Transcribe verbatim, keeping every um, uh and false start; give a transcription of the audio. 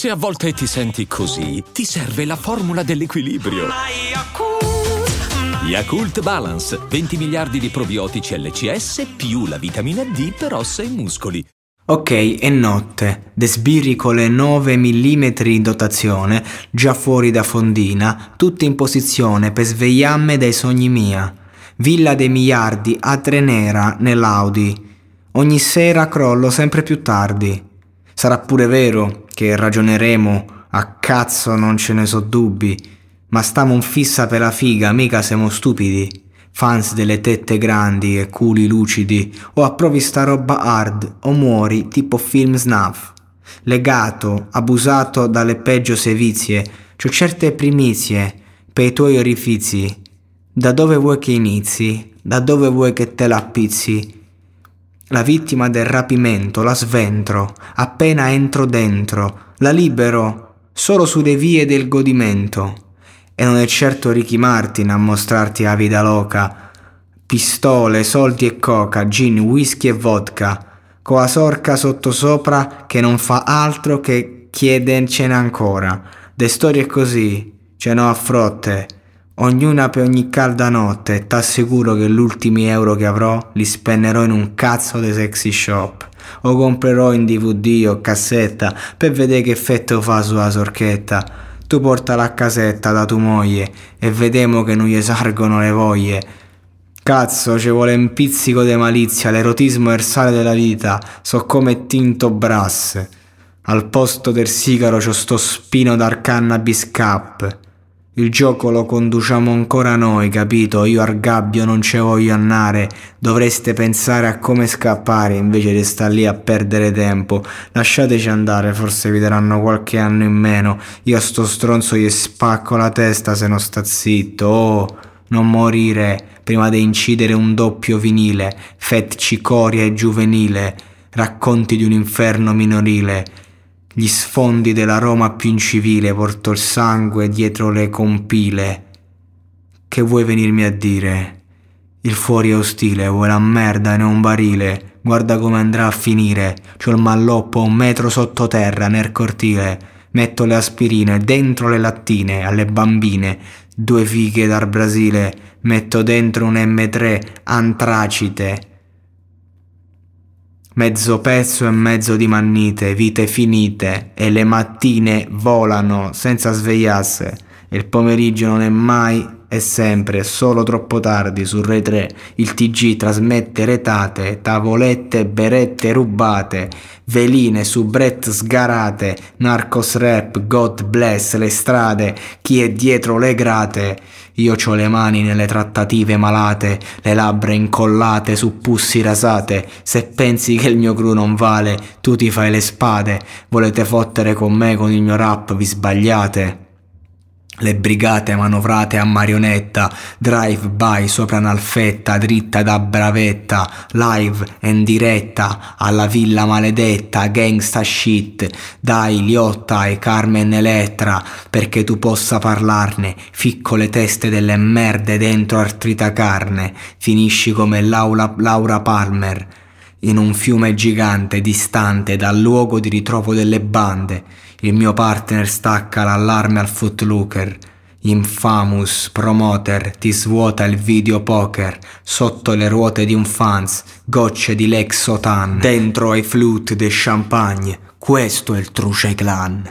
Se a volte ti senti così, ti serve la formula dell'equilibrio. Yakult Balance, venti miliardi di probiotici L C S più la vitamina D per ossa e muscoli. Ok, è notte, de sbirri con le nove millimetri in dotazione, già fuori da fondina, tutte in posizione per svegliarmi dai sogni mia. Villa dei miliardi a tre nera nell'Audi. Ogni sera crollo sempre più tardi. Sarà pure vero che ragioneremo, a cazzo non ce ne so dubbi, ma stiamo in fissa per la figa, mica siamo stupidi. Fans delle tette grandi e culi lucidi, o approvi sta roba hard o muori tipo film snuff. Legato, abusato dalle peggio sevizie, c'ho certe primizie per i tuoi orifizi. Da dove vuoi che inizi? Da dove vuoi che te la appizzi? La vittima del rapimento la sventro, appena entro dentro, la libero solo sulle vie del godimento. E non è certo Ricky Martin a mostrarti la vita loca. Pistole, soldi e coca, gin, whisky e vodka, con la sorca sottosopra che non fa altro che chiedercene ancora. De storie così, ce n'ho a frotte, ognuna per ogni calda notte, e t'assicuro che gli ultimi euro che avrò li spenderò in un cazzo di sexy shop, o comprerò in D V D o cassetta per vedere che effetto fa sulla sorchetta. Tu portala a casetta da tua moglie e vedemo che non gli sargono le voglie. Cazzo, ci vuole un pizzico di malizia, l'erotismo è il sale della vita, so come tinto brass. Al posto del sigaro c'ho sto spino dal cannabis cap. Il gioco lo conduciamo ancora noi, capito? Io al gabbio non ce voglio andare. Dovreste pensare a come scappare invece di star lì a perdere tempo. Lasciateci andare, forse vi daranno qualche anno in meno. Io a sto stronzo gli spacco la testa se non sta zitto. Oh, non morire prima di incidere un doppio vinile. Fet cicoria e giuvenile, racconti di un inferno minorile. Gli sfondi della Roma più incivile, porto il sangue dietro le compile. Che vuoi venirmi a dire? Il fuori è ostile, vuoi la merda in un barile. Guarda come andrà a finire, c'ho il malloppo un metro sottoterra nel cortile. Metto le aspirine dentro le lattine alle bambine, due fighe dal Brasile. Metto dentro un emme tre antracite. Mezzo pezzo e mezzo di mannite, vite finite, e le mattine volano senza svegliarsi. Il pomeriggio non è mai e sempre, è solo troppo tardi su Rai tre. Il T G trasmette retate, tavolette, berette rubate, veline, soubrette sgarate, narcos rap, God bless le strade, chi è dietro le grate. Io c'ho le mani nelle trattative malate, le labbra incollate su pussi rasate. Se pensi che il mio crew non vale, tu ti fai le spade. Volete fottere con me con il mio rap, vi sbagliate. Le brigate manovrate a marionetta, drive-by sopra un'alfetta, dritta da bravetta, live in diretta, alla villa maledetta, gangsta shit, dai Liotta e Carmen Elettra, perché tu possa parlarne, ficco le teste delle merde dentro artrita carne, finisci come Laura, Laura Palmer, in un fiume gigante distante dal luogo di ritrovo delle bande. Il mio partner stacca l'allarme al footlooker. Infamous promoter ti svuota il videopoker sotto le ruote di un fans, gocce di Lexotan dentro ai flute de champagne. Questo è il Truce Clan.